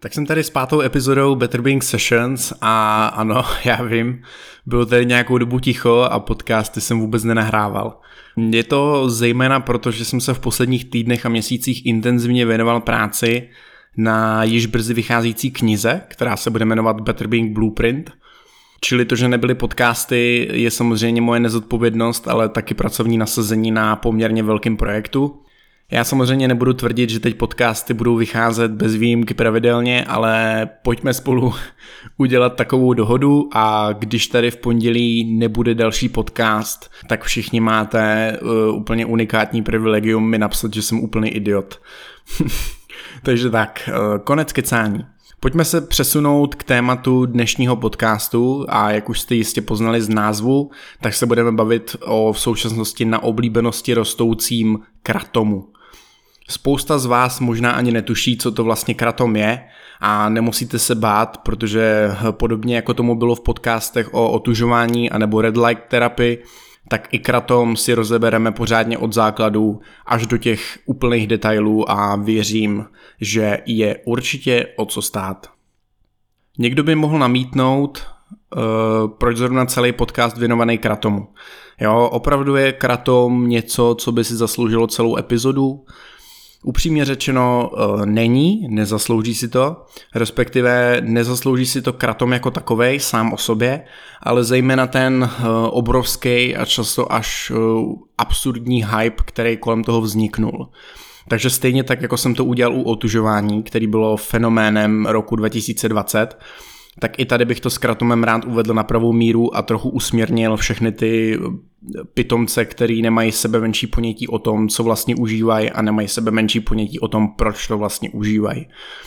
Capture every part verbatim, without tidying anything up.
Tak jsem tady s pátou epizodou Better Being Sessions a ano, já vím, bylo tady nějakou dobu ticho a podcasty jsem vůbec nenahrával. Je to zejména proto, že jsem se v posledních týdnech a měsících intenzivně věnoval práci na již brzy vycházející knize, která se bude jmenovat Better Being Blueprint. Čili to, že nebyly podcasty, je samozřejmě moje nezodpovědnost, ale taky pracovní nasazení na poměrně velkém projektu. Já samozřejmě nebudu tvrdit, že teď podcasty budou vycházet bez výjimky pravidelně, ale pojďme spolu udělat takovou dohodu a když tady v pondělí nebude další podcast, tak všichni máte uh, úplně unikátní privilegium mi napsat, že jsem úplný idiot. Takže tak, uh, konec kecání. Pojďme se přesunout k tématu dnešního podcastu a jak už jste jistě poznali z názvu, tak se budeme bavit o v současnosti na oblíbenosti rostoucím kratomu. Spousta z vás možná ani netuší, co to vlastně kratom je a nemusíte se bát, protože podobně jako tomu bylo v podcastech o otužování anebo red light terapii, tak i kratom si rozebereme pořádně od základů až do těch úplných detailů a věřím, že je určitě o co stát. Někdo by mohl namítnout, uh, proč zrovna celý podcast věnovaný kratomu. Jo, opravdu je kratom něco, co by si zasloužilo celou epizodu? Upřímně řečeno není, nezaslouží si to, respektive nezaslouží si to kratom jako takovej sám o sobě, ale zejména ten obrovský a často až absurdní hype, který kolem toho vzniknul. Takže stejně tak, jako jsem to udělal u otužování, který bylo fenoménem roku dva tisíce dvacet, tak i tady bych to s kratomem rád uvedl na pravou míru a trochu usměrnil všechny ty pitomce, který nemají sebe menší ponětí o tom, co vlastně užívají a nemají sebe menší ponětí o tom, proč to vlastně užívají.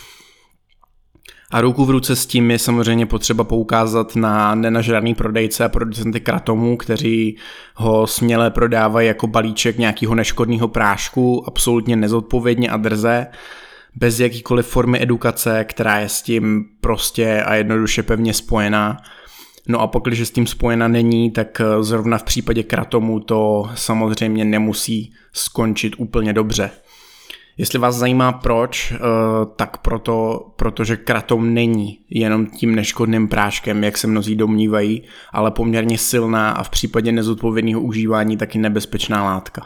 A ruku v ruce s tím je samozřejmě potřeba poukázat na nenažraný prodejce a producenty kratomu, kteří ho směle prodávají jako balíček nějakého neškodného prášku, absolutně nezodpovědně a drze, bez jakýkoliv formy edukace, která je s tím prostě a jednoduše pevně spojená. No a pokud s tím spojena není, tak zrovna v případě kratomu to samozřejmě nemusí skončit úplně dobře. Jestli vás zajímá proč, tak proto, protože kratom není jenom tím neškodným práškem, jak se mnozí domnívají, ale poměrně silná a v případě nezodpovědného užívání taky nebezpečná látka.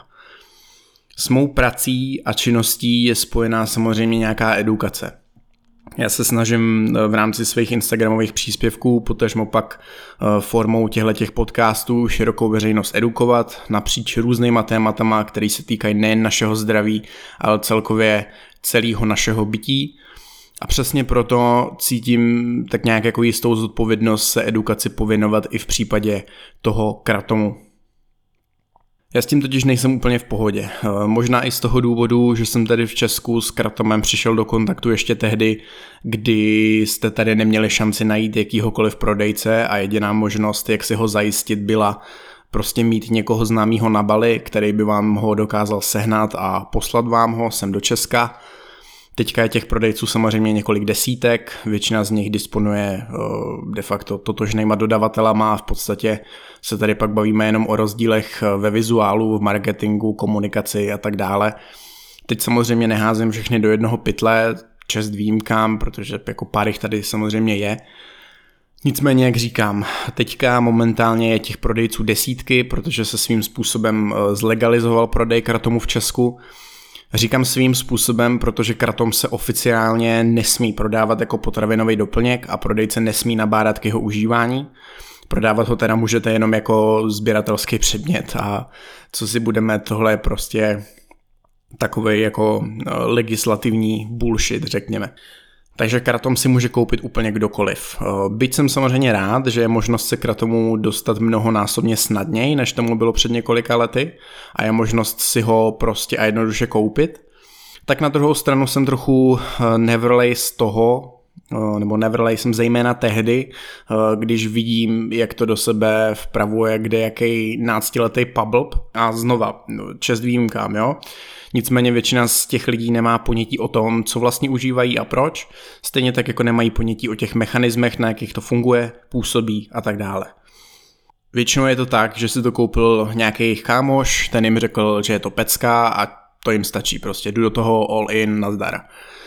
S mou prací a činností je spojená samozřejmě nějaká edukace. Já se snažím v rámci svých instagramových příspěvků, potažmo pak formou těchto podcastů širokou veřejnost edukovat napříč různýma tématama, které se týkají nejen našeho zdraví, ale celkově celého našeho bytí. A přesně proto cítím tak nějak jako jistou zodpovědnost se edukaci pověnovat i v případě toho kratomu. Já s tím totiž nejsem úplně v pohodě. Možná i z toho důvodu, že jsem tady v Česku s kratomem přišel do kontaktu ještě tehdy, kdy jste tady neměli šanci najít jakýhokoliv prodejce a jediná možnost, jak si ho zajistit, byla prostě mít někoho známýho na Bali, který by vám ho dokázal sehnat a poslat vám ho sem do Česka. Teďka je těch prodejců samozřejmě několik desítek, většina z nich disponuje de facto totožnýma dodavatelama a v podstatě se tady pak bavíme jenom o rozdílech ve vizuálu, v marketingu, komunikaci a tak dále. Teď samozřejmě neházím všechny do jednoho pytle, čest výjimkám, protože jako pár jich tady samozřejmě je. Nicméně, jak říkám, teďka momentálně je těch prodejců desítky, protože se svým způsobem zlegalizoval prodej kratomu v Česku. Říkám svým způsobem, protože kratom se oficiálně nesmí prodávat jako potravinový doplněk a prodejce nesmí nabádat k jeho užívání. Prodávat ho teda můžete jenom jako sběratelský předmět a co si budeme, tohle je prostě takovej jako legislativní bullshit, řekněme. Takže kratom si může koupit úplně kdokoliv. Byť jsem samozřejmě rád, že je možnost se kratomu dostat mnohonásobně snadněji, než tomu bylo před několika lety a je možnost si ho prostě a jednoduše koupit, tak na druhou stranu jsem trochu nevrlej z toho, nebo nevrlej jsem zejména tehdy, když vidím, jak to do sebe vpravuje kdejaký náctiletý pablb a znova, čest výjimkám, jo. Nicméně většina z těch lidí nemá ponětí o tom, co vlastně užívají a proč, stejně tak jako nemají ponětí o těch mechanismech, na jakých to funguje, působí a tak dále. Většinou je to tak, že si to koupil nějaký kámoš, ten jim řekl, že je to pecka a to jim stačí, prostě jdu do toho all in, nazdar.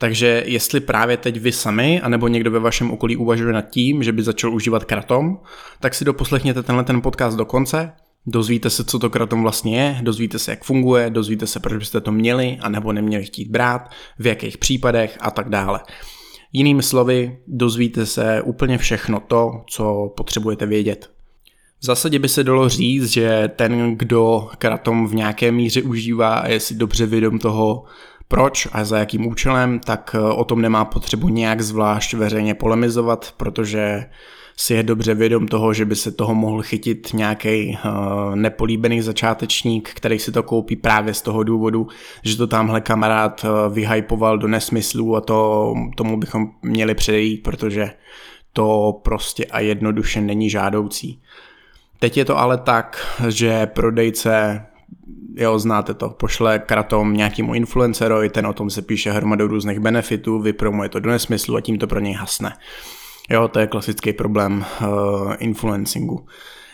Takže jestli právě teď vy sami, anebo někdo ve vašem okolí uvažuje nad tím, že by začal užívat kratom, tak si doposlechněte tenhle ten podcast do konce, dozvíte se, co to kratom vlastně je, dozvíte se, jak funguje, dozvíte se, proč byste to měli, anebo neměli chtít brát, v jakých případech a tak dále. Jinými slovy, dozvíte se úplně všechno to, co potřebujete vědět. V zásadě by se dalo říct, že ten, kdo kratom v nějaké míře užívá a je si dobře vědom toho, proč a za jakým účelem, tak o tom nemá potřebu nějak zvlášť veřejně polemizovat, protože si je dobře vědom toho, že by se toho mohl chytit nějaký uh, nepolíbený začátečník, který si to koupí právě z toho důvodu, že to tamhle kamarád uh, vyhypoval do nesmyslů a to, tomu bychom měli předejít, protože to prostě a jednoduše není žádoucí. Teď je to ale tak, že prodejce, jo, znáte to, pošle kratom nějakému influencerovi, ten o tom se píše hromadu různých benefitů, vypromuje to do nesmyslu a tím to pro něj hasne. Jo, to je klasický problém uh, influencingu.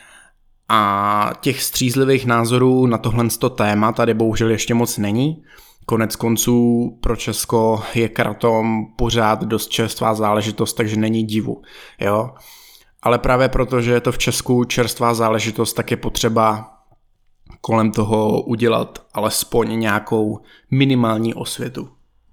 A těch střízlivých názorů na tohle téma tady bohužel ještě moc není. Konec konců pro Česko je kratom pořád dost čerstvá záležitost, takže není divu. Jo? Ale právě proto, že je to v Česku čerstvá záležitost, tak je potřeba kolem toho udělat alespoň nějakou minimální osvětu.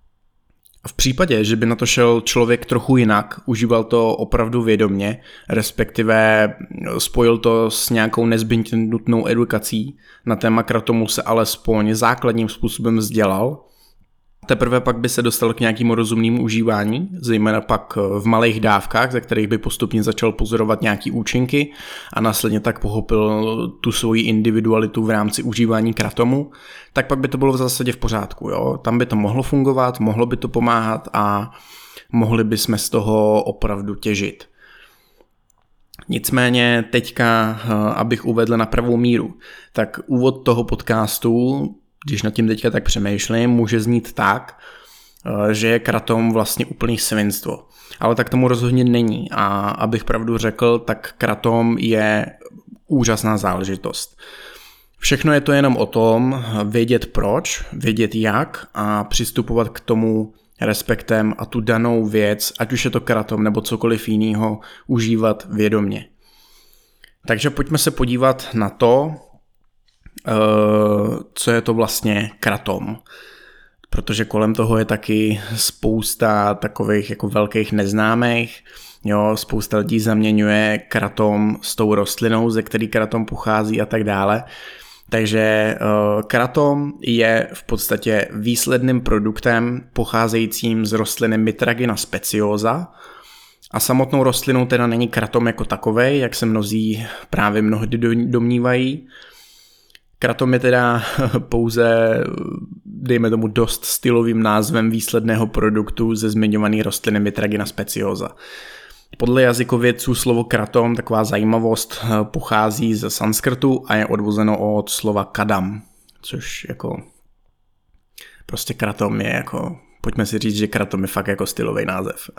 V případě, že by na to šel člověk trochu jinak, užíval to opravdu vědomně, respektive spojil to s nějakou nezbytně nutnou edukací, na téma kratomu se alespoň základním způsobem vzdělal, teprve pak by se dostal k nějakému rozumnému užívání, zejména pak v malých dávkách, ze kterých by postupně začal pozorovat nějaký účinky a následně tak pochopil tu svoji individualitu v rámci užívání kratomu, tak pak by to bylo v zásadě v pořádku. Jo? Tam by to mohlo fungovat, mohlo by to pomáhat a mohli bychom z toho opravdu těžit. Nicméně teďka, abych uvedl na pravou míru, tak úvod toho podcastu, když nad tím teďka tak přemýšlím, může znít tak, že je kratom vlastně úplný svinstvo. Ale tak tomu rozhodně není a abych pravdu řekl, tak kratom je úžasná záležitost. Všechno je to jenom o tom vědět proč, vědět jak a přistupovat k tomu respektem a tu danou věc, ať už je to kratom nebo cokoliv jiného, užívat vědomně. Takže pojďme se podívat na to, co je to vlastně kratom. Protože kolem toho je taky spousta takových jako velkých neznámých. Jo, spousta lidí zaměňuje kratom s tou rostlinou, ze který kratom pochází a tak dále. Takže uh, kratom je v podstatě výsledným produktem pocházejícím z rostliny Mitragina speciosa a samotnou rostlinou teda není kratom jako takovej, jak se mnozí právě mnohdy domnívají. Kratom je teda pouze, dejme tomu, dost stylovým názvem výsledného produktu ze zmiňované rostliny Mitragina speciosa. Podle jazykovědců slovo kratom, taková zajímavost, pochází ze sanskrtu a je odvozeno od slova kadam, což jako prostě kratom je jako, pojďme si říct, že kratom je fakt jako stylový název.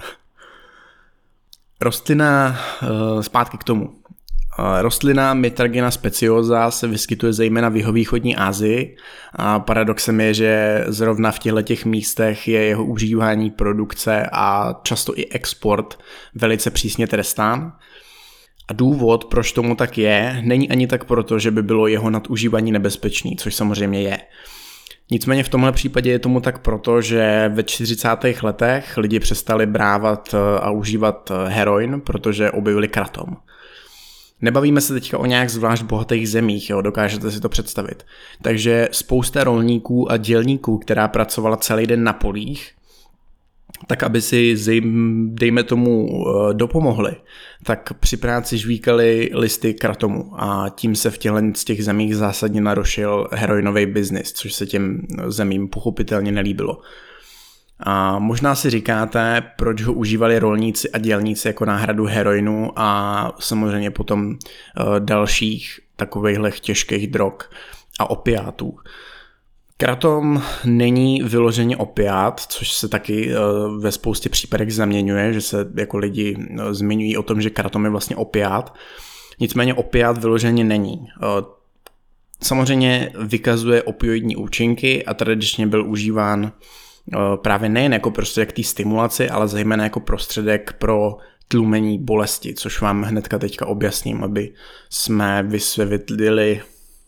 Rostlina, zpátky k tomu. Rostlina Mitragina speciosa se vyskytuje zejména v jihovýchodní Asii a paradoxem je, že zrovna v těchto místech je jeho užívání, produkce a často i export velice přísně trestán. A důvod, proč tomu tak je, není ani tak proto, že by bylo jeho nadužívání nebezpečný, což samozřejmě je. Nicméně v tomhle případě je tomu tak proto, že ve čtyřicátých letech lidi přestali brávat a užívat heroin, protože objevili kratom. Nebavíme se teďka o nějak zvlášť bohatých zemích, jo, dokážete si to představit. Takže spousta rolníků a dělníků, která pracovala celý den na polích, tak aby si, dejme tomu, dopomohli, tak při práci žvíkali listy kratomu a tím se v těchto z těch zemích zásadně narušil heroinový biznis, což se těm zemím pochopitelně nelíbilo. A možná si říkáte, proč ho užívali rolníci a dělníci jako náhradu heroinu a samozřejmě potom dalších takovejhle těžkých drog a opiátů. Kratom není vyloženě opiát, což se taky ve spoustě případech zaměňuje, že se jako lidi zmiňují o tom, že kratom je vlastně opiát. Nicméně opiát vyloženě není. Samozřejmě vykazuje opioidní účinky a tradičně byl užíván právě nejen jako prostředek té stimulaci, ale zejména jako prostředek pro tlumení bolesti, což vám hnedka teďka objasním, aby jsme vysvětlili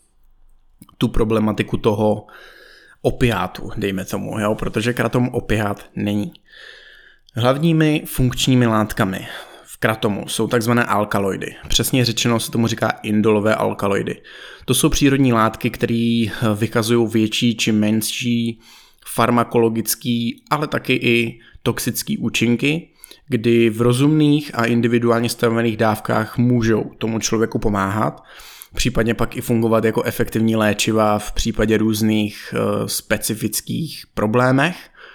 tu problematiku toho opiátu, dejme tomu, jo? Protože kratom opiát není. Hlavními funkčními látkami v kratomu jsou takzvané alkaloidy. Přesně řečeno se tomu říká indolové alkaloidy. To jsou přírodní látky, které vykazují větší či menší farmakologický, ale taky i toxický účinky, kdy v rozumných a individuálně stanovených dávkách můžou tomu člověku pomáhat, případně pak i fungovat jako efektivní léčiva v případě různých uh, specifických problémech.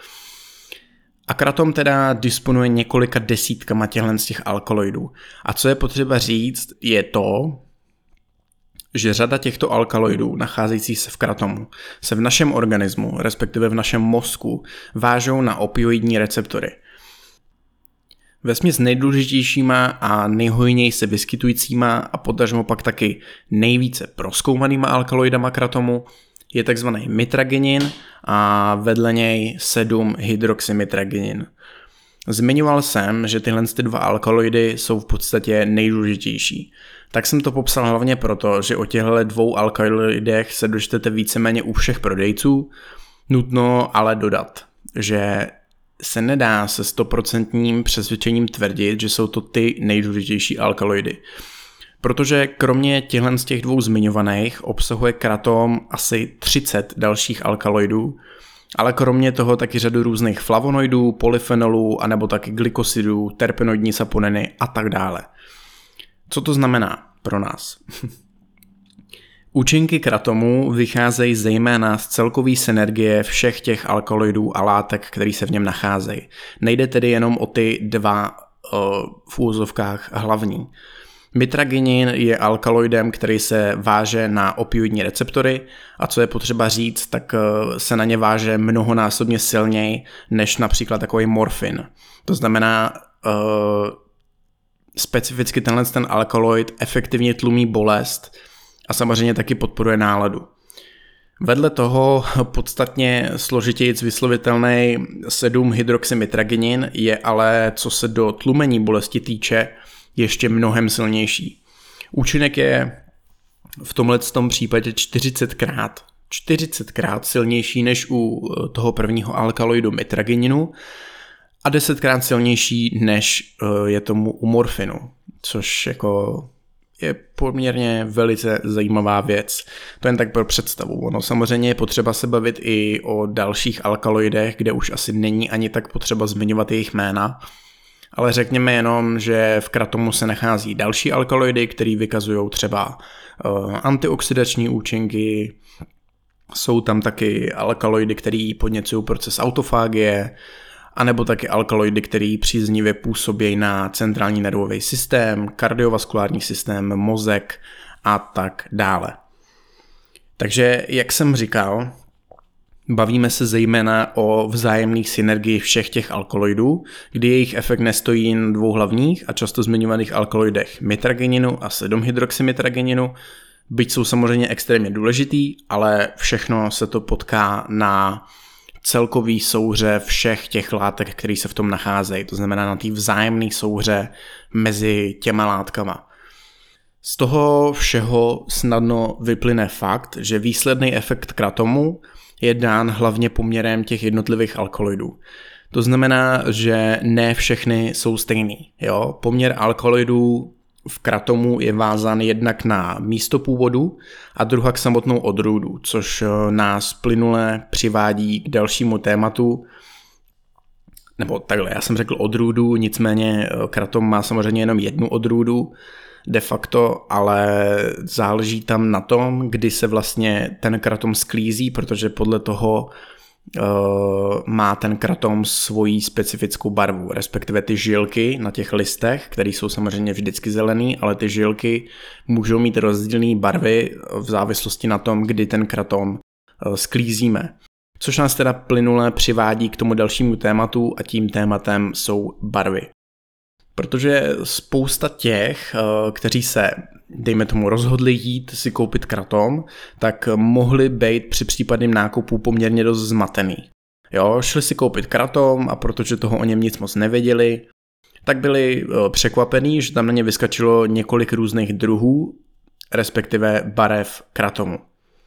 A kratom teda disponuje několika desítkama těchto z těch alkaloidů. A co je potřeba říct, je to, že řada těchto alkaloidů nacházejících se v kratomu se v našem organismu, respektive v našem mozku, vážou na opioidní receptory. Vesměs nejdůležitějšíma a nejhojněji se vyskytujícíma a potažmo pak taky nejvíce prozkoumanýma alkaloidama kratomu je tzv. Mitraginin a vedle něj sedm hydroxymitraginin. Zmiňoval jsem, že tyhle ty dva alkaloidy jsou v podstatě nejdůležitější. Tak jsem to popsal hlavně proto, že o těchto dvou alkaloidech se dočtete víceméně u všech prodejců. Nutno ale dodat, že se nedá se stoprocentním přesvědčením tvrdit, že jsou to ty nejdůležitější alkaloidy. Protože kromě těchto z těch dvou zmiňovaných obsahuje kratom asi třicet dalších alkaloidů, ale kromě toho taky řadu různých flavonoidů, polyfenolů, anebo taky glykosidů, terpenoidní saponiny a tak dále. Co to znamená pro nás? Účinky kratomu vycházejí zejména z celkové synergie všech těch alkaloidů a látek, které se v něm nacházejí. Nejde tedy jenom o ty dva uh, v úvozovkách hlavní. Mitraginin je alkaloidem, který se váže na opioidní receptory a co je potřeba říct, tak se na ně váže mnohonásobně silněji než například takový morfin. To znamená, uh, specificky tenhle ten alkaloid efektivně tlumí bolest a samozřejmě taky podporuje náladu. Vedle toho podstatně složitějíc vyslovitelný sedm hydroxymitraginin je ale, co se do tlumení bolesti týče, ještě mnohem silnější. Účinek je v tomhletom případě čtyřicetkrát, čtyřicetkrát silnější než u toho prvního alkaloidu mitragininu a desetkrát silnější než je tomu u morfinu, což jako je poměrně velice zajímavá věc. To jen tak pro představu. Ono samozřejmě je potřeba se bavit i o dalších alkaloidech, kde už asi není ani tak potřeba zmiňovat jejich jména, ale řekněme jenom, že v kratomu se nachází další alkaloidy, které vykazují třeba uh, antioxidační účinky, jsou tam taky alkaloidy, které podněcují proces autofágie, anebo taky alkaloidy, které příznivě působí na centrální nervový systém, kardiovaskulární systém, mozek a tak dále. Takže, jak jsem říkal, bavíme se zejména o vzájemných synergii všech těch alkaloidů, kdy jejich efekt nestojí na dvou hlavních a často zmiňovaných alkaloidech mitragininu a sedm hydroxymitragininu, byť jsou samozřejmě extrémně důležitý, ale všechno se to potká na celkový souhře všech těch látek, které se v tom nacházejí, to znamená na té vzájemné souhře mezi těma látkama. Z toho všeho snadno vyplyne fakt, že výsledný efekt kratomu je dán hlavně poměrem těch jednotlivých alkaloidů. To znamená, že ne všechny jsou stejný. Jo? Poměr alkaloidů v kratomu je vázán jednak na místo původu a druhá k samotnou odrůdu, což nás plynule přivádí k dalšímu tématu, nebo takhle, já jsem řekl odrůdu, nicméně kratom má samozřejmě jenom jednu odrůdu de facto, ale záleží tam na tom, kdy se vlastně ten kratom sklízí, protože podle toho Uh, má ten kratom svoji specifickou barvu, respektive ty žilky na těch listech, které jsou samozřejmě vždycky zelený, ale ty žilky můžou mít rozdílné barvy v závislosti na tom, kdy ten kratom uh, sklízíme. Což nás teda plynule přivádí k tomu dalšímu tématu a tím tématem jsou barvy. Protože spousta těch, uh, kteří se dejme tomu rozhodli jít si koupit kratom, tak mohli být při případném nákupu poměrně dost zmatený. Jo, šli si koupit kratom a protože toho o něm nic moc nevěděli, tak byli překvapení, že tam na ně vyskačilo několik různých druhů, respektive barev kratomu.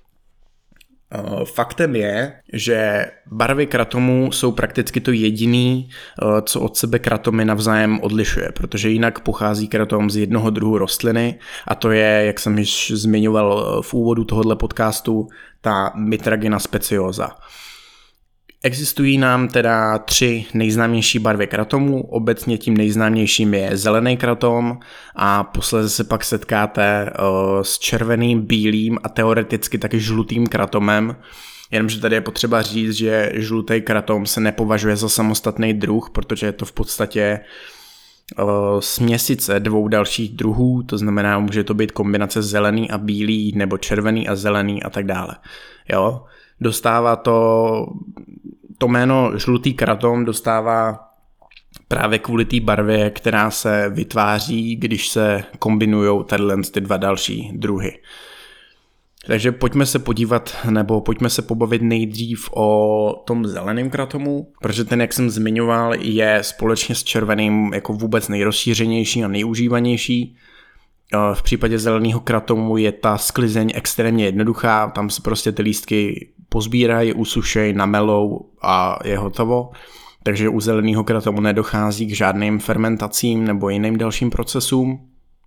Faktem je, že barvy kratomu jsou prakticky to jediný, co od sebe kratomy navzájem odlišuje, protože jinak pochází kratom z jednoho druhu rostliny a to je, jak jsem již zmiňoval v úvodu tohoto podcastu, ta Mitragina speciosa. Existují nám teda tři nejznámější barvy kratomu, obecně tím nejznámějším je zelený kratom a posléze se pak setkáte uh, s červeným, bílým a teoreticky taky žlutým kratomem, jenomže tady je potřeba říct, že žlutý kratom se nepovažuje za samostatný druh, protože je to v podstatě uh, směsice dvou dalších druhů, to znamená, může to být kombinace zelený a bílý nebo červený a zelený a tak dále. Jo? Dostává to, to jméno žlutý kratom dostává právě kvůli té barvě, která se vytváří, když se kombinujou tadyhle ty dva další druhy. Takže pojďme se podívat, nebo pojďme se pobavit nejdřív o tom zeleném kratomu, protože ten, jak jsem zmiňoval, je společně s červeným jako vůbec nejrozšířenější a nejužívanější. V případě zeleného kratomu je ta sklizeň extrémně jednoduchá, tam se prostě ty lístky pozbírají, usušejí, namelou a je hotovo. Takže u zeleného kratomu nedochází k žádným fermentacím nebo jiným dalším procesům.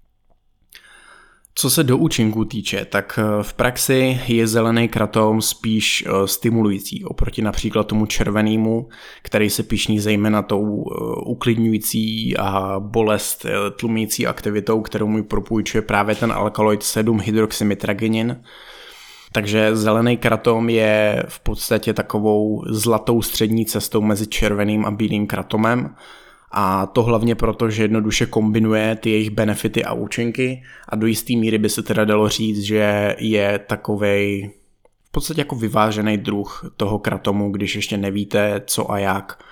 Co se do účinků týče, tak v praxi je zelený kratom spíš stimulující oproti například tomu červenému, který se pyšní zejména tou uklidňující a bolest tlumící aktivitou, kterou mu propůjčuje právě ten alkaloid sedm hydroxymitraginin. Takže zelený kratom je v podstatě takovou zlatou střední cestou mezi červeným a bílým kratomem. A to hlavně proto, že jednoduše kombinuje ty jejich benefity a účinky a do jisté míry by se teda dalo říct, že je takovej v podstatě jako vyvážený druh toho kratomu, když ještě nevíte co a jak.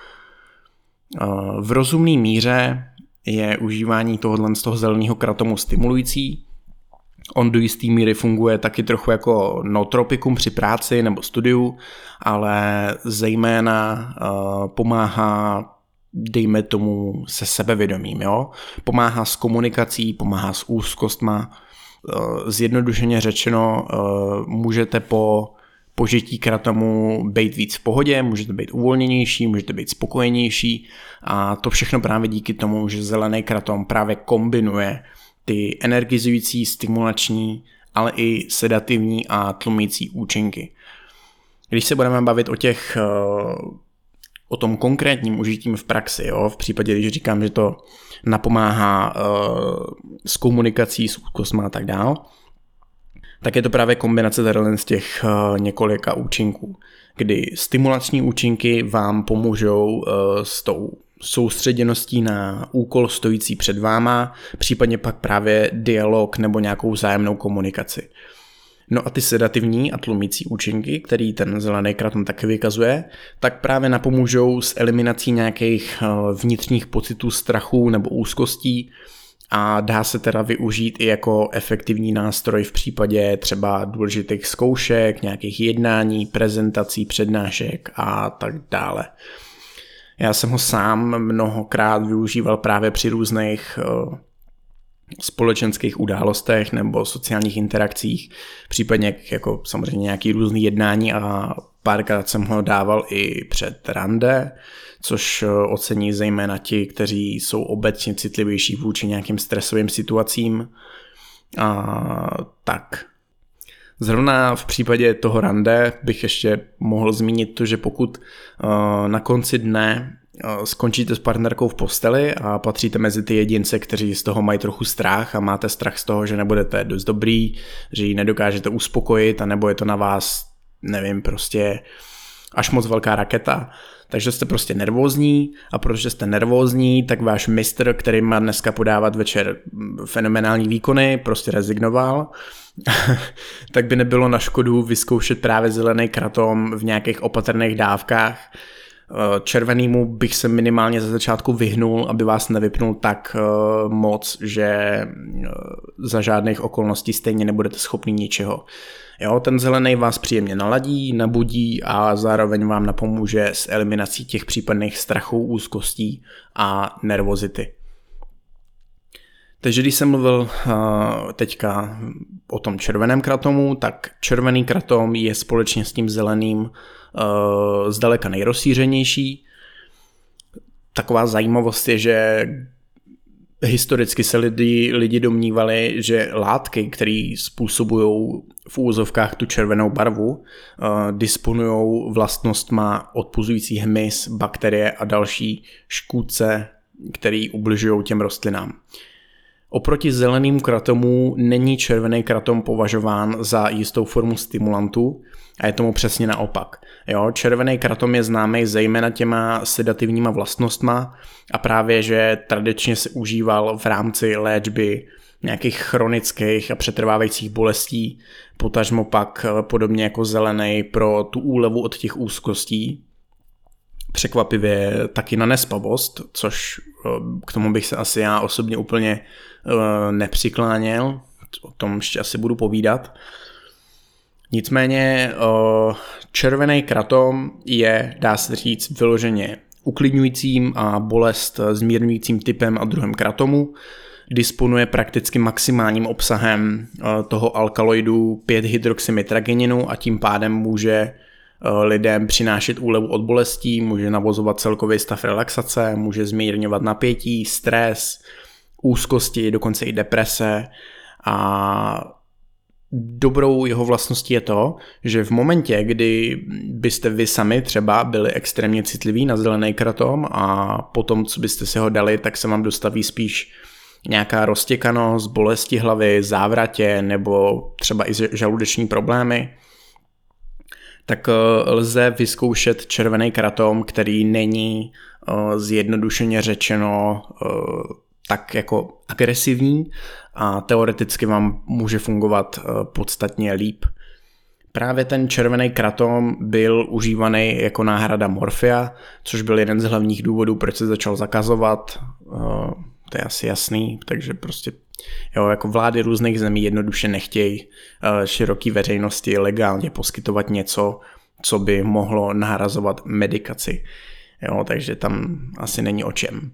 V rozumné míře je užívání tohohle z toho zeleného kratomu stimulující. On do jisté míry funguje taky trochu jako nootropikum při práci nebo studiu, ale zejména pomáhá dejme tomu se sebevědomím, jo? Pomáhá s komunikací, pomáhá s úzkostma. Zjednodušeně řečeno, můžete po požití kratomu být víc v pohodě, můžete být uvolněnější, můžete být spokojenější a to všechno právě díky tomu, že zelený kratom právě kombinuje ty energizující, stimulační, ale i sedativní a tlumící účinky. Když se budeme bavit o těch o tom konkrétním užitím v praxi, jo? V případě, když říkám, že to napomáhá uh, s komunikací, s úzkostma a tak dál, tak je to právě kombinace tady z těch uh, několika účinků, kdy stimulační účinky vám pomůžou uh, s tou soustředěností na úkol stojící před váma, případně pak právě dialog nebo nějakou vzájemnou komunikaci. No a ty sedativní a tlumící účinky, který ten zelený kratom taky vykazuje, tak právě napomůžou s eliminací nějakých vnitřních pocitů strachu nebo úzkostí a dá se teda využít i jako efektivní nástroj v případě třeba důležitých zkoušek, nějakých jednání, prezentací, přednášek a tak dále. Já jsem ho sám mnohokrát využíval právě při různých společenských událostech nebo sociálních interakcích, případně jako samozřejmě nějaký různý jednání a párkrát jsem ho dával i před rande, což ocení zejména ti, kteří jsou obecně citlivější vůči nějakým stresovým situacím. A tak. Zrovna v případě toho rande bych ještě mohl zmínit to, že pokud uh, na konci dne skončíte s partnerkou v posteli a patříte mezi ty jedince, kteří z toho mají trochu strach a máte strach z toho, že nebudete dost dobrý, že ji nedokážete uspokojit a nebo je to na vás, nevím, prostě až moc velká raketa, takže jste prostě nervózní a protože jste nervózní, tak váš mistr, který má dneska podávat večer fenomenální výkony, prostě rezignoval, tak by nebylo na škodu vyzkoušet právě zelený kratom v nějakých opatrných dávkách, Červenýmu bych se minimálně ze začátku vyhnul, aby vás nevypnul tak moc, že za žádných okolností stejně nebudete schopni ničeho. Jo, ten zelený vás příjemně naladí, nabudí a zároveň vám napomůže s eliminací těch případných strachů, úzkostí a nervozity. Takže když jsem mluvil uh, teďka o tom červeném kratomu, tak červený kratom je společně s tím zeleným uh, zdaleka nejrozšířenější. Taková zajímavost je, že historicky se lidi, lidi domnívali, že látky, které způsobují v úvozovkách tu červenou barvu, uh, disponují vlastnostma odpuzující hmyz, bakterie a další škůdce, který ubližují těm rostlinám. Oproti zeleným kratomu není červený kratom považován za jistou formu stimulantu a je tomu přesně naopak. Jo, červený kratom je známý zejména těma sedativníma vlastnostma a právě, že tradičně se užíval v rámci léčby nějakých chronických a přetrvávajících bolestí, potažmo pak podobně jako zelený pro tu úlevu od těch úzkostí. Překvapivě taky na nespavost, což k tomu bych se asi já osobně úplně nepřikláněl, o tom ještě asi budu povídat. Nicméně červený kratom je, dá se říct, vyloženě uklidňujícím a bolest zmírňujícím typem a druhem kratomu. Disponuje prakticky maximálním obsahem toho alkaloidu pět hydroxymitrageninu a tím pádem může lidem přinášet úlevu od bolestí, může navozovat celkový stav relaxace, může zmírňovat napětí, stres, úzkosti, dokonce i deprese a dobrou jeho vlastností je to, že v momentě, kdy byste vy sami třeba byli extrémně citliví na zelený kratom a potom, co byste si ho dali, tak se vám dostaví spíš nějaká roztěkanost, bolesti hlavy, závratě nebo třeba i žaludeční problémy, tak lze vyzkoušet červený kratom, který není zjednodušeně řečeno tak jako agresivní a teoreticky vám může fungovat podstatně líp. Právě ten červený kratom byl užívaný jako náhrada morfia, což byl jeden z hlavních důvodů, proč se začal zakazovat. To je asi jasný, takže prostě jo, jako vlády různých zemí jednoduše nechtějí široký veřejnosti legálně poskytovat něco, co by mohlo nahrazovat medikaci. Jo, takže tam asi není o čem.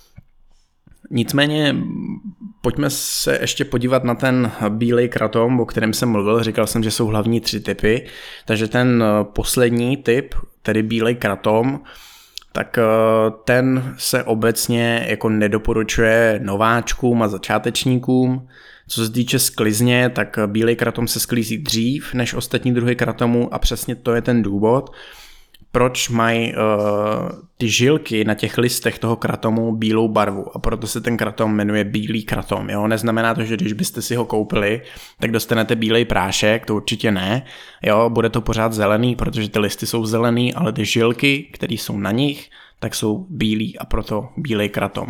Nicméně pojďme se ještě podívat na ten bílej kratom, o kterém jsem mluvil. Říkal jsem, že jsou hlavní tři typy. Takže ten poslední typ, tedy bílej kratom, tak ten se obecně jako nedoporučuje nováčkům a začátečníkům. Co se týče sklizně, tak bílej kratom se sklízí dřív než ostatní druhy kratomu a přesně to je ten důvod, proč mají uh, ty žilky na těch listech toho kratomu bílou barvu a proto se ten kratom jmenuje bílý kratom. Jo? Neznamená to, že když byste si ho koupili, tak dostanete bílej prášek, to určitě ne. Jo? Bude to pořád zelený, protože ty listy jsou zelený, ale ty žilky, které jsou na nich, tak jsou bílý a proto bílej kratom.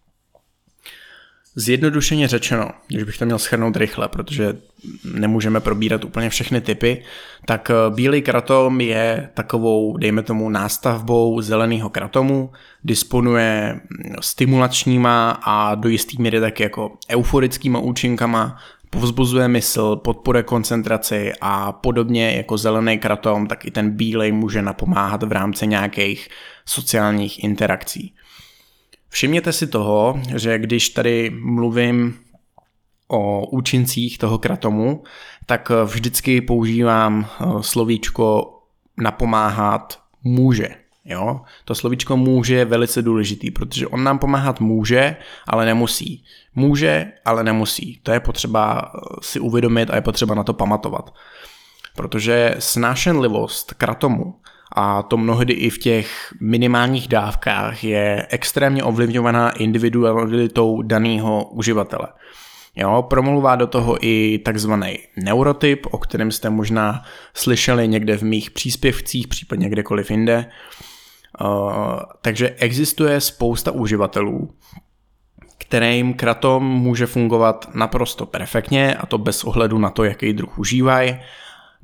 Zjednodušeně řečeno, když bych to měl shrnout rychle, protože nemůžeme probírat úplně všechny typy, tak bílý kratom je takovou, dejme tomu, nástavbou zeleného kratomu, disponuje stimulačníma a do jistý míry taky jako euforickýma účinkama, povzbuzuje mysl, podporuje koncentraci a podobně jako zelený kratom, tak i ten bílej může napomáhat v rámci nějakých sociálních interakcí. Všimněte si toho, že když tady mluvím o účincích toho kratomu, tak vždycky používám slovíčko napomáhat může. Jo? To slovíčko může je velice důležitý, protože on nám pomáhat může, ale nemusí. Může, ale nemusí. To je potřeba si uvědomit a je potřeba na to pamatovat. Protože snášenlivost kratomu, a to mnohdy i v těch minimálních dávkách, je extrémně ovlivňovaná individualitou daného uživatele. Jo, promluvá do toho i takzvaný neurotyp, o kterém jste možná slyšeli někde v mých příspěvcích, případně kdekoliv jinde. Uh, takže existuje spousta uživatelů, kterým kratom může fungovat naprosto perfektně, a to bez ohledu na to, jaký druh užívají.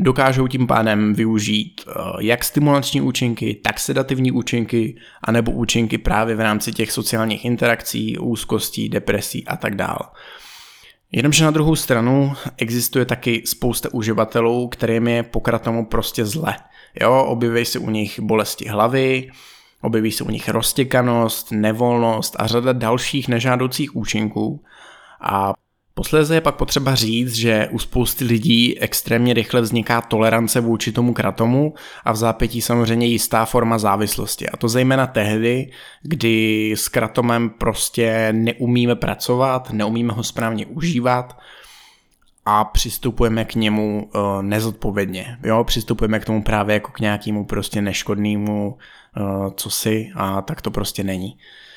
Dokážou tím pádem využít jak stimulační účinky, tak sedativní účinky, anebo účinky právě v rámci těch sociálních interakcí, úzkostí, depresí a tak dále. Jenomže na druhou stranu existuje taky spousta uživatelů, kterým je po kratomu prostě zle. Jo, objeví se u nich bolesti hlavy, objeví se u nich roztěkanost, nevolnost a řada dalších nežádoucích účinků. A posléze je pak potřeba říct, že u spousty lidí extrémně rychle vzniká tolerance vůči tomu kratomu a v zápětí samozřejmě jistá forma závislosti. A to zejména tehdy, kdy s kratomem prostě neumíme pracovat, neumíme ho správně užívat a přistupujeme k němu uh, nezodpovědně. Jo? Přistupujeme k tomu právě jako k nějakému prostě neškodnému uh, cosi a tak to prostě není.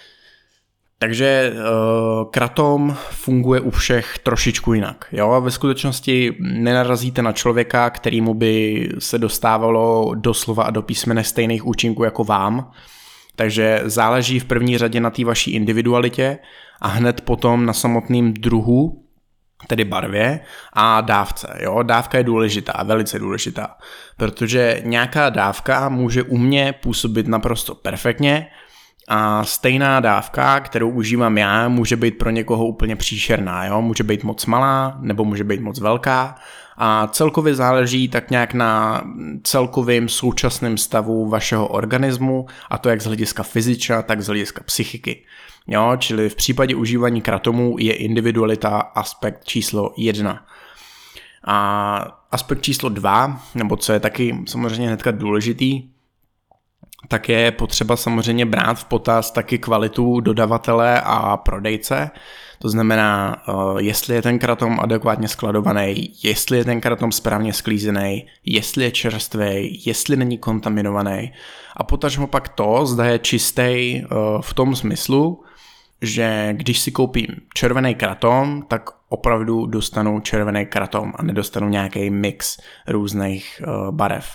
Takže uh, kratom funguje u všech trošičku jinak. Jo? Ve skutečnosti nenarazíte na člověka, kterému by se dostávalo doslova a do písmene stejných účinků jako vám. Takže záleží v první řadě na té vaší individualitě a hned potom na samotném druhu, tedy barvě a dávce. Jo? Dávka je důležitá, velice důležitá, protože nějaká dávka může u mě působit naprosto perfektně, a stejná dávka, kterou užívám já, může být pro někoho úplně příšerná. Jo? Může být moc malá, nebo může být moc velká a celkově záleží tak nějak na celkovém současném stavu vašeho organismu a to jak z hlediska fyziča, tak z hlediska psychiky. Jo? Čili v případě užívání kratomu je individualita aspekt číslo jedna. A aspekt číslo dva, nebo co je taky samozřejmě hnedka důležitý, tak je potřeba samozřejmě brát v potaz taky kvalitu dodavatele a prodejce. To znamená, jestli je ten kratom adekvátně skladovaný, jestli je ten kratom správně sklízený, jestli je čerstvý, jestli není kontaminovaný. A potažmo pak to, zda je čistý v tom smyslu, že když si koupím červený kratom, tak opravdu dostanu červený kratom a nedostanu nějaký mix různých barev.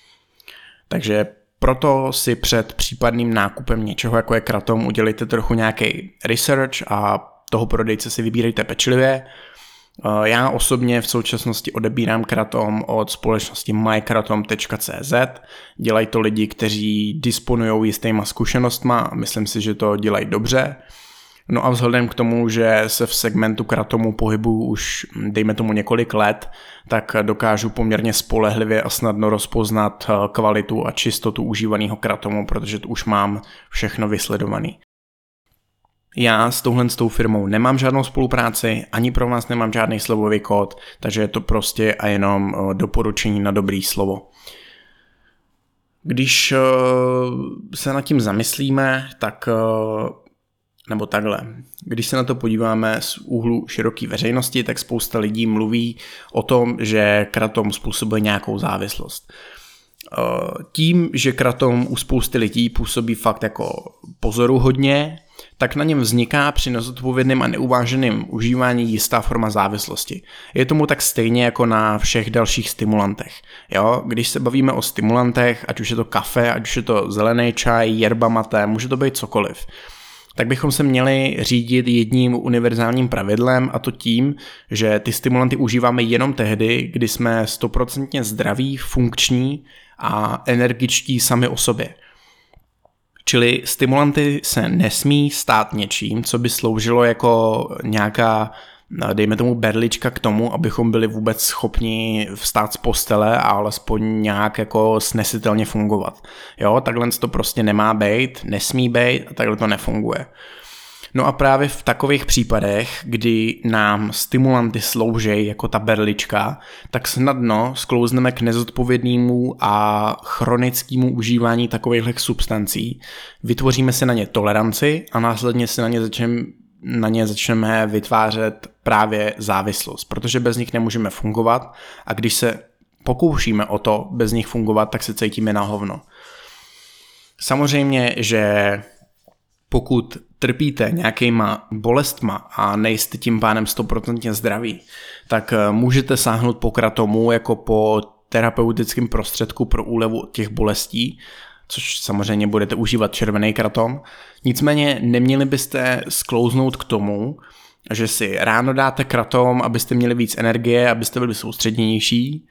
Takže proto si před případným nákupem něčeho, jako je kratom, udělejte trochu nějaký research a toho prodejce si vybírejte pečlivě. Já osobně v současnosti odebírám kratom od společnosti my kratom tečka cé zet. Dělají to lidi, kteří disponují jistýma zkušenostma a myslím si, že to dělají dobře. No a vzhledem k tomu, že se v segmentu kratomu pohybuju už dejme tomu několik let, tak dokážu poměrně spolehlivě a snadno rozpoznat kvalitu a čistotu užívaného kratomu, protože to už mám všechno vysledovaný. Já s touhle s tou firmou nemám žádnou spolupráci, ani pro vás nemám žádný slevový kód, takže je to prostě a jenom doporučení na dobrý slovo. Když se nad tím zamyslíme, tak nebo takhle, když se na to podíváme z úhlu široké veřejnosti, tak spousta lidí mluví o tom, že kratom způsobuje nějakou závislost. Tím, že kratom u spousty lidí působí fakt jako pozoruhodně, tak na něm vzniká při nezodpovědném a neuváženém užívání jistá forma závislosti. Je tomu tak stejně jako na všech dalších stimulantech. Jo? Když se bavíme o stimulantech, ať už je to kafe, ať už je to zelený čaj, yerba mate, může to být cokoliv, tak bychom se měli řídit jedním univerzálním pravidlem a to tím, že ty stimulanty užíváme jenom tehdy, kdy jsme stoprocentně zdraví, funkční a energičtí sami o sobě. Čili stimulanty se nesmí stát něčím, co by sloužilo jako nějaká, dejme tomu, berlička k tomu, abychom byli vůbec schopni vstát z postele a alespoň nějak jako snesitelně fungovat. Jo, takhle to prostě nemá být, nesmí být a takhle to nefunguje. No a právě v takových případech, kdy nám stimulanty slouží jako ta berlička, tak snadno sklouzneme k nezodpovědnému a chronickému užívání takovýchhle substancí. Vytvoříme si na ně toleranci a následně si na ně začneme na ně začneme vytvářet právě závislost, protože bez nich nemůžeme fungovat a když se pokoušíme o to bez nich fungovat, tak se cítíme na hovno. Samozřejmě, že pokud trpíte nějakýma bolestma a nejste tím pádem stoprocentně zdraví, tak můžete sáhnout po kratomu jako po terapeutickém prostředku pro úlevu těch bolestí, což samozřejmě budete užívat červený kratom. Nicméně neměli byste sklouznout k tomu, že si ráno dáte kratom, abyste měli víc energie, abyste byli soustřednější.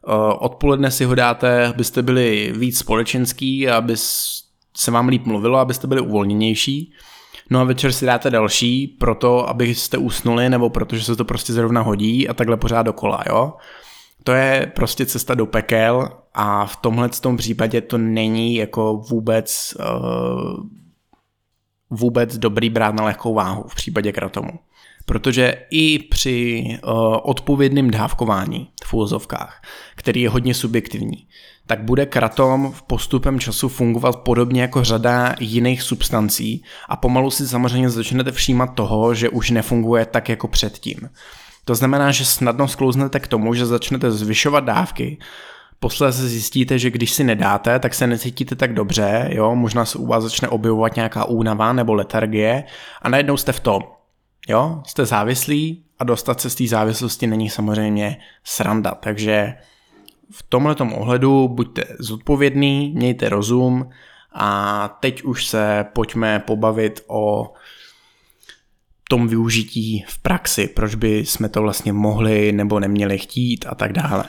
Odpoledne si ho dáte, abyste byli víc společenský, aby se vám líp mluvilo, abyste byli uvolněnější. No a večer si dáte další, proto abyste usnuli, nebo protože se to prostě zrovna hodí a takhle pořád dokola, jo. To je prostě cesta do pekel a v tomhle tom případě to není jako vůbec, uh, vůbec dobrý brát na lehkou váhu v případě kratomu. Protože i při uh, odpovědném dávkování v uvozovkách, který je hodně subjektivní, tak bude kratom v postupem času fungovat podobně jako řada jiných substancí a pomalu si samozřejmě začnete všímat toho, že už nefunguje tak jako předtím. To znamená, že snadno sklouznete k tomu, že začnete zvyšovat dávky, posléze zjistíte, že když si nedáte, tak se necítíte tak dobře, jo? Možná se u vás začne objevovat nějaká únava nebo letargie a najednou jste v tom. Jo? Jste závislí a dostat se z té závislosti není samozřejmě sranda, takže v tomhletom ohledu buďte zodpovědní, mějte rozum a teď už se pojďme pobavit o tom využití v praxi, proč by jsme to vlastně mohli nebo neměli chtít a tak dále.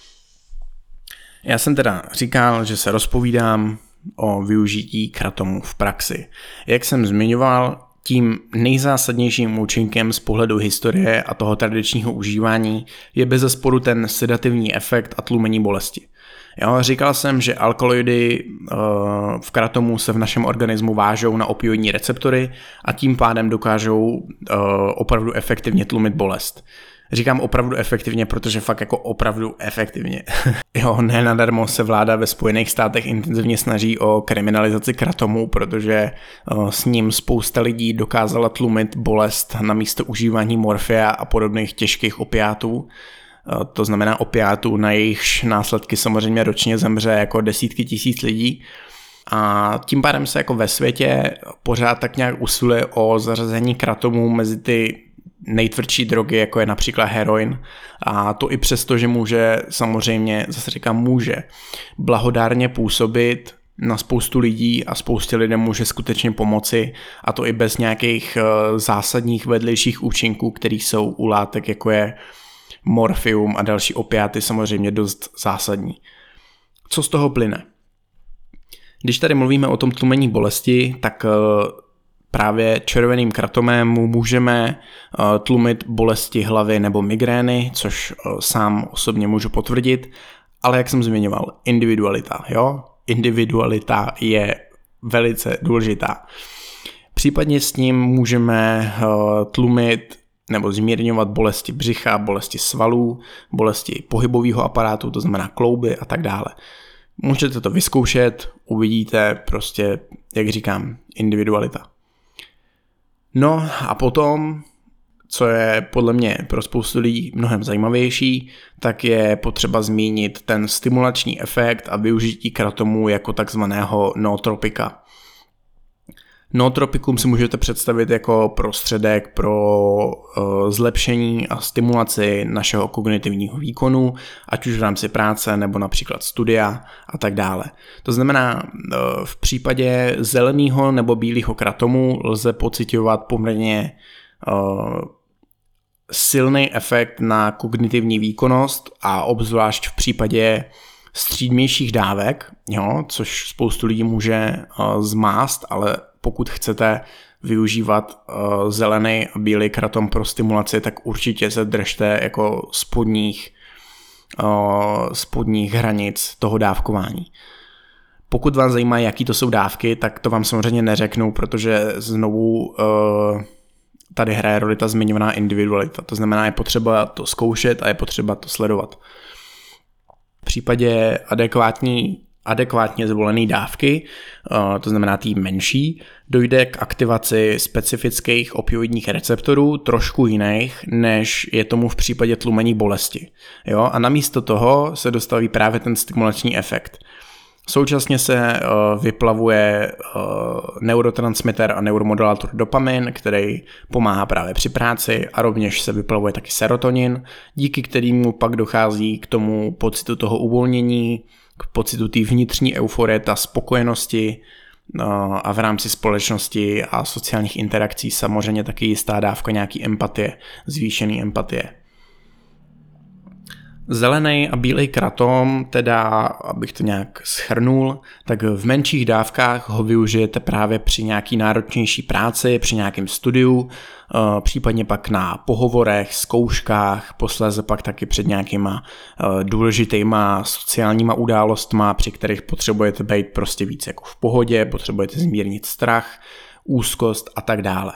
Já jsem teda říkal, že se rozpovídám o využití kratomu v praxi. Jak jsem zmiňoval, tím nejzásadnějším účinkem z pohledu historie a toho tradičního užívání je bezesporu ten sedativní efekt a tlumení bolesti. Jo, říkal jsem, že alkaloidy uh, v kratomu se v našem organismu vážou na opioidní receptory a tím pádem dokážou uh, opravdu efektivně tlumit bolest. Říkám opravdu efektivně, protože fakt jako opravdu efektivně. Jo, ne nadarmo se vláda ve Spojených státech intenzivně snaží o kriminalizaci kratomu, protože uh, s ním spousta lidí dokázala tlumit bolest na místo užívání morfia a podobných těžkých opiátů. To znamená opiátů, na jejichž následky samozřejmě ročně zemře jako desítky tisíc lidí. A tím pádem se jako ve světě pořád tak nějak usiluje o zařazení kratomu mezi ty nejtvrdší drogy, jako je například heroin. A to i přesto, že může samozřejmě, zase říkám může, blahodárně působit na spoustu lidí a spoustě lidem může skutečně pomoci, a to i bez nějakých zásadních vedlejších účinků, které jsou u látek, jako je morfium a další opiáty, samozřejmě dost zásadní. Co z toho plyne? Když tady mluvíme o tom tlumení bolesti, tak právě červeným kratomem můžeme tlumit bolesti hlavy nebo migrény, což sám osobně můžu potvrdit, ale jak jsem zmiňoval, individualita, jo? Individualita je velice důležitá. Případně s ním můžeme tlumit nebo zmírňovat bolesti břicha, bolesti svalů, bolesti pohybového aparátu, to znamená klouby a tak dále. Můžete to vyzkoušet, uvidíte, prostě, jak říkám, individualita. No a potom, co je podle mě pro spoustu lidí mnohem zajímavější, tak je potřeba zmínit ten stimulační efekt a využití kratomu jako takzvaného nootropika. Nootropikum si můžete představit jako prostředek pro uh, zlepšení a stimulaci našeho kognitivního výkonu, ať už v rámci práce nebo například studia a tak dále. To znamená, uh, v případě zeleného nebo bílého kratomu lze pociťovat poměrně uh, silný efekt na kognitivní výkonnost a obzvlášť v případě střídmějších dávek, jo, což spoustu lidí může uh, zmást, ale pokud chcete využívat uh, zelený a bílý kratom pro stimulaci, tak určitě se držte jako spodních, uh, spodních hranic toho dávkování. Pokud vás zajímá, jaký to jsou dávky, tak to vám samozřejmě neřeknu, protože znovu uh, tady hraje roli ta zmiňovaná individualita. To znamená, je potřeba to zkoušet a je potřeba to sledovat. V případě adekvátní adekvátně zvolené dávky, to znamená tý menší, dojde k aktivaci specifických opioidních receptorů, trošku jiných, než je tomu v případě tlumení bolesti. Jo? A namísto toho se dostaví právě ten stimulační efekt. Současně se vyplavuje neurotransmitter a neuromodulátor dopamin, který pomáhá právě při práci, a rovněž se vyplavuje taky serotonin, díky kterému pak dochází k tomu pocitu toho uvolnění, k pocitu té vnitřní euforie, ta spokojenosti, a v rámci společnosti a sociálních interakcí samozřejmě taky jistá dávka nějaký empatie, zvýšený empatie. Zelený a bílej kratom, teda abych to nějak shrnul, tak v menších dávkách ho využijete právě při nějaký náročnější práci, při nějakém studiu, případně pak na pohovorech, zkouškách, posléze pak taky před nějakýma důležitýma sociálníma událostma, při kterých potřebujete být prostě víc jako v pohodě, potřebujete zmírnit strach, úzkost a tak dále.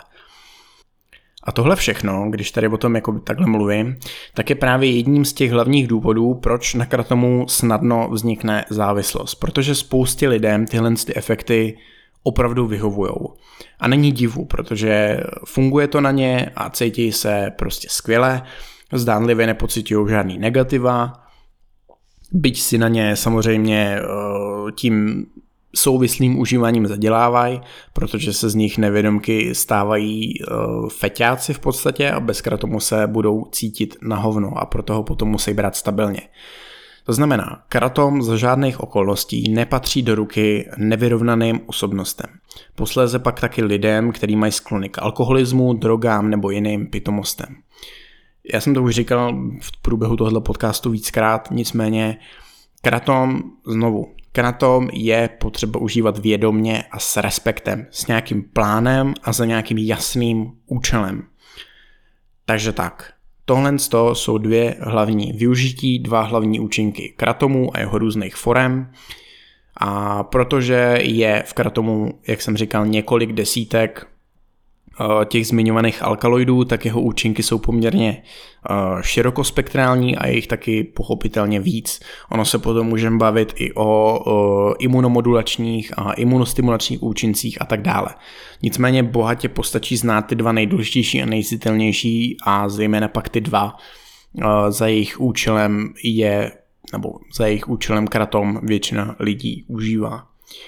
A tohle všechno, když tady o tom jako takhle mluvím, tak je právě jedním z těch hlavních důvodů, proč na kratomu snadno vznikne závislost. Protože spoustě lidem tyhle ty efekty opravdu vyhovujou. A není divu, protože funguje to na ně a cítí se prostě skvěle, zdánlivě nepociťují žádný negativa, byť si na ně samozřejmě tím souvislým užíváním zadělávají, protože se z nich nevědomky stávají uh, feťáci v podstatě a bez kratomu se budou cítit na hovno a proto ho potom musí brát stabilně. To znamená, kratom za žádných okolností nepatří do ruky nevyrovnaným osobnostem. Posléze pak taky lidem, kteří mají sklony k alkoholismu, drogám nebo jiným pitomostem. Já jsem to už říkal v průběhu tohoto podcastu víckrát, nicméně kratom znovu. Kratom je potřeba užívat vědomně a s respektem, s nějakým plánem a za nějakým jasným účelem. Takže tak, tohle jsou dvě hlavní využití, dva hlavní účinky kratomu a jeho různých forem. A protože je v kratomu, jak jsem říkal, několik desítek těch zmiňovaných alkaloidů, tak jeho účinky jsou poměrně širokospektrální a je jich taky pochopitelně víc. Ono se potom můžeme bavit i o imunomodulačních a imunostimulačních účincích a tak dále. Nicméně bohatě postačí znát ty dva nejdůležitější a nejcitelnější a zejména pak ty dva za jejich účelem je, nebo za jejich účelem kratom většina lidí užívá.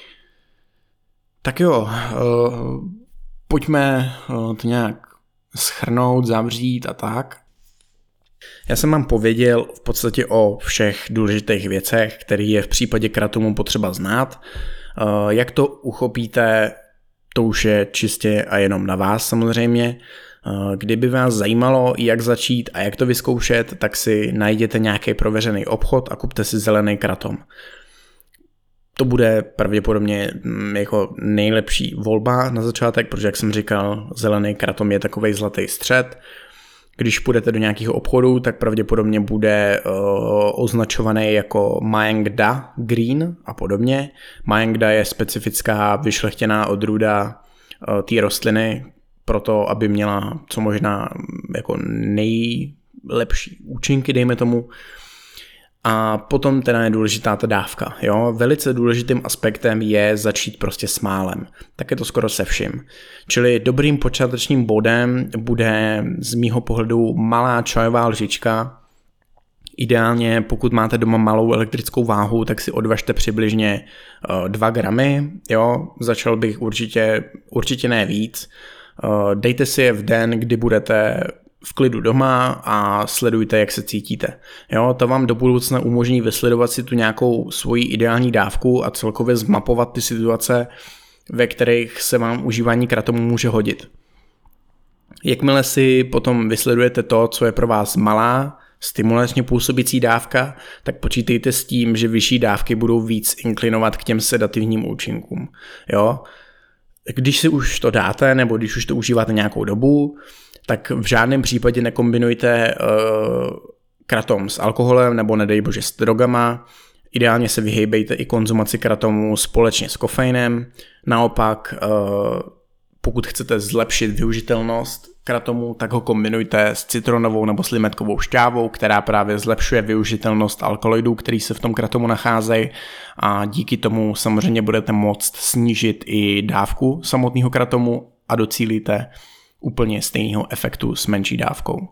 Tak jo, pojďme to nějak shrnout, zavřít a tak. Já jsem vám pověděl v podstatě o všech důležitých věcech, které je v případě kratomu potřeba znát. Jak to uchopíte, to už je čistě a jenom na vás samozřejmě. Kdyby vás zajímalo, jak začít a jak to vyzkoušet, tak si najděte nějaký prověřený obchod a kupte si zelený kratom. To bude pravděpodobně jako nejlepší volba na začátek, protože jak jsem říkal, zelený kratom je takovej zlatý střed. Když půjdete do nějakého obchodu, tak pravděpodobně bude uh, označovaný jako Maengda Green a podobně. Maengda je specifická vyšlechtěná odrůda uh, té rostliny, proto aby měla co možná jako nejlepší účinky, dejme tomu. A potom teda je důležitá ta dávka. Jo? Velice důležitým aspektem je začít prostě s málem. Tak je to skoro se vším. Čili dobrým počátečním bodem bude z mýho pohledu malá čajová lžička. Ideálně, pokud máte doma malou elektrickou váhu, tak si odvažte přibližně dva gramy. Jo? Začal bych určitě, určitě ne víc. Dejte si je v den, kdy budete v klidu doma a sledujte, jak se cítíte. Jo, to vám do budoucna umožní vysledovat si tu nějakou svoji ideální dávku a celkově zmapovat ty situace, ve kterých se vám užívání kratomu může hodit. Jakmile si potom vysledujete to, co je pro vás malá, stimulačně působící dávka, tak počítejte s tím, že vyšší dávky budou víc inklinovat k těm sedativním účinkům. Jo? Když si už to dáte, nebo když už to užíváte nějakou dobu, tak v žádném případě nekombinujte uh, kratom s alkoholem nebo nedej bože s drogama. Ideálně se vyhejbejte i konzumaci kratomu společně s kofeinem. Naopak, uh, pokud chcete zlepšit využitelnost kratomu, tak ho kombinujte s citronovou nebo s limetkovou šťávou, která právě zlepšuje využitelnost alkaloidů, který se v tom kratomu nacházejí, a díky tomu samozřejmě budete moct snížit i dávku samotného kratomu a docílíte úplně stejného efektu s menší dávkou.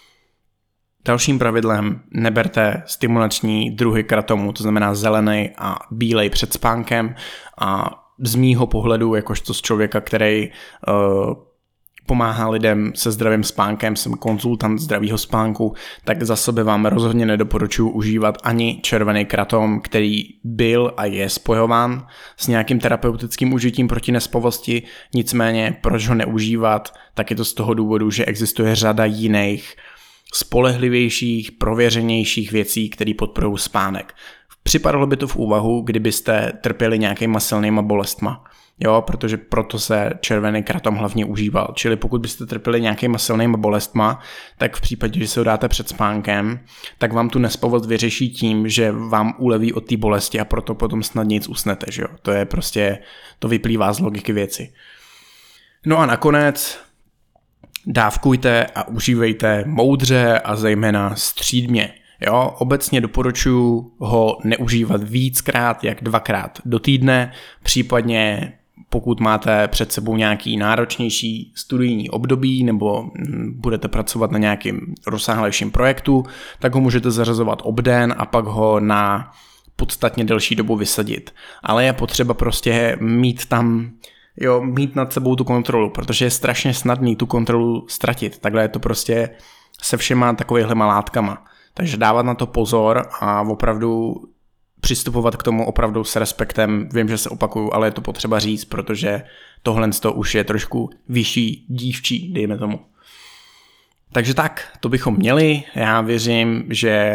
Dalším pravidlem: neberte stimulační druhy kratomu, to znamená zelený a bílej před spánkem, a z mýho pohledu, jakožto z člověka, který uh, pomáhá lidem se zdravým spánkem, jsem konzultant zdravého spánku, tak za sebe vám rozhodně nedoporučuji užívat ani červený kratom, který byl a je spojován s nějakým terapeutickým užitím proti nespavosti. Nicméně, proč ho neužívat, tak je to z toho důvodu, že existuje řada jiných spolehlivějších, prověřenějších věcí, které podporují spánek. Připadalo by to v úvahu, kdybyste trpěli nějakýma silnýma bolestma. Jo, protože proto se červený kratom hlavně užíval. Čili pokud byste trpěli nějakýma silnýma bolestma, tak v případě, že se ho dáte před spánkem, tak vám tu nespovost vyřeší tím, že vám uleví od té bolesti a proto potom snad nic usnete, že jo. To je prostě, to vyplývá z logiky věci. No a nakonec dávkujte a užívejte moudře a zejména střídmě. Jo, obecně doporučuji ho neužívat víckrát jak dvakrát do týdne, případně pokud máte před sebou nějaký náročnější studijní období nebo budete pracovat na nějakým rozsáhlejším projektu, tak ho můžete zařazovat obden a pak ho na podstatně delší dobu vysadit. Ale je potřeba prostě mít tam, jo, mít nad sebou tu kontrolu, protože je strašně snadný tu kontrolu ztratit. Takhle je to prostě se všema takovýhlema látkama. Takže dávat na to pozor a opravdu přistupovat k tomu opravdu s respektem. Vím, že se opakuju, ale je to potřeba říct, protože tohle už je trošku vyšší dívčí, dejme tomu. Takže tak, to bychom měli. Já věřím, že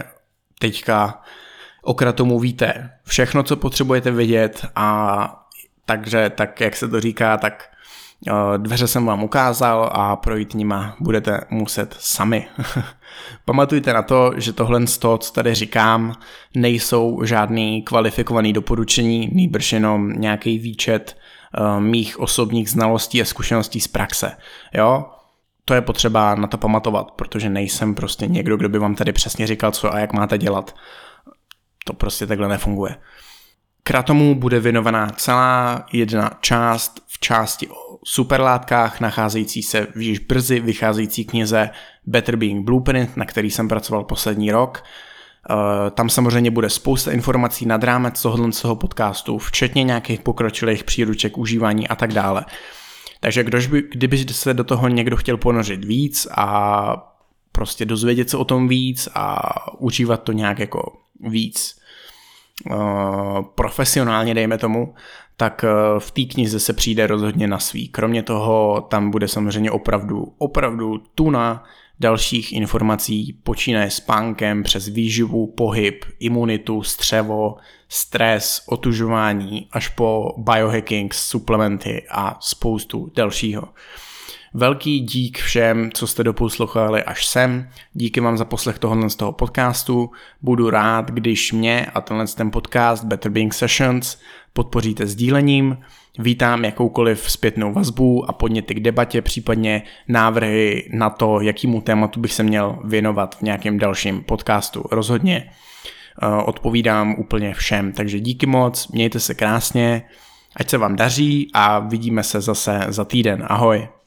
teďka o kratomu víte všechno, co potřebujete vědět a takže, tak jak se to říká, tak dveře jsem vám ukázal a projít nima budete muset sami. Pamatujte na to, že tohle z toho, co tady říkám, nejsou žádný kvalifikovaný doporučení, nýbrž jenom nějaký výčet uh, mých osobních znalostí a zkušeností z praxe. Jo? To je potřeba na to pamatovat, protože nejsem prostě někdo, kdo by vám tady přesně říkal, co a jak máte dělat. To prostě takhle nefunguje. Kratomu bude věnovaná celá jedna část v části o superlátkách, nacházející se v již brzy vycházející knize Better Being Blueprint, na který jsem pracoval poslední rok. Tam samozřejmě bude spousta informací nad rámec tohoto z toho podcastu, včetně nějakých pokročilých příruček, užívání a tak dále. Takže kdož by, kdyby se do toho někdo chtěl ponořit víc a prostě dozvědět se o tom víc a užívat to nějak jako víc Uh, profesionálně, dejme tomu, tak uh, v té knize se přijde rozhodně na svý. Kromě toho tam bude samozřejmě opravdu, opravdu tuna dalších informací, počínaje spánkem přes výživu, pohyb, imunitu, střevo, stres, otužování, až po biohacking, suplementy a spoustu dalšího. Velký dík všem, co jste doposlouchali až sem. Díky vám za poslech tohohle z toho podcastu. Budu rád, když mě a tenhle ten podcast Better Being Sessions podpoříte sdílením. Vítám jakoukoliv zpětnou vazbu a podněty k debatě, případně návrhy na to, jakýmu tématu bych se měl věnovat v nějakém dalším podcastu. Rozhodně odpovídám úplně všem, takže díky moc, mějte se krásně, ať se vám daří a vidíme se zase za týden. Ahoj.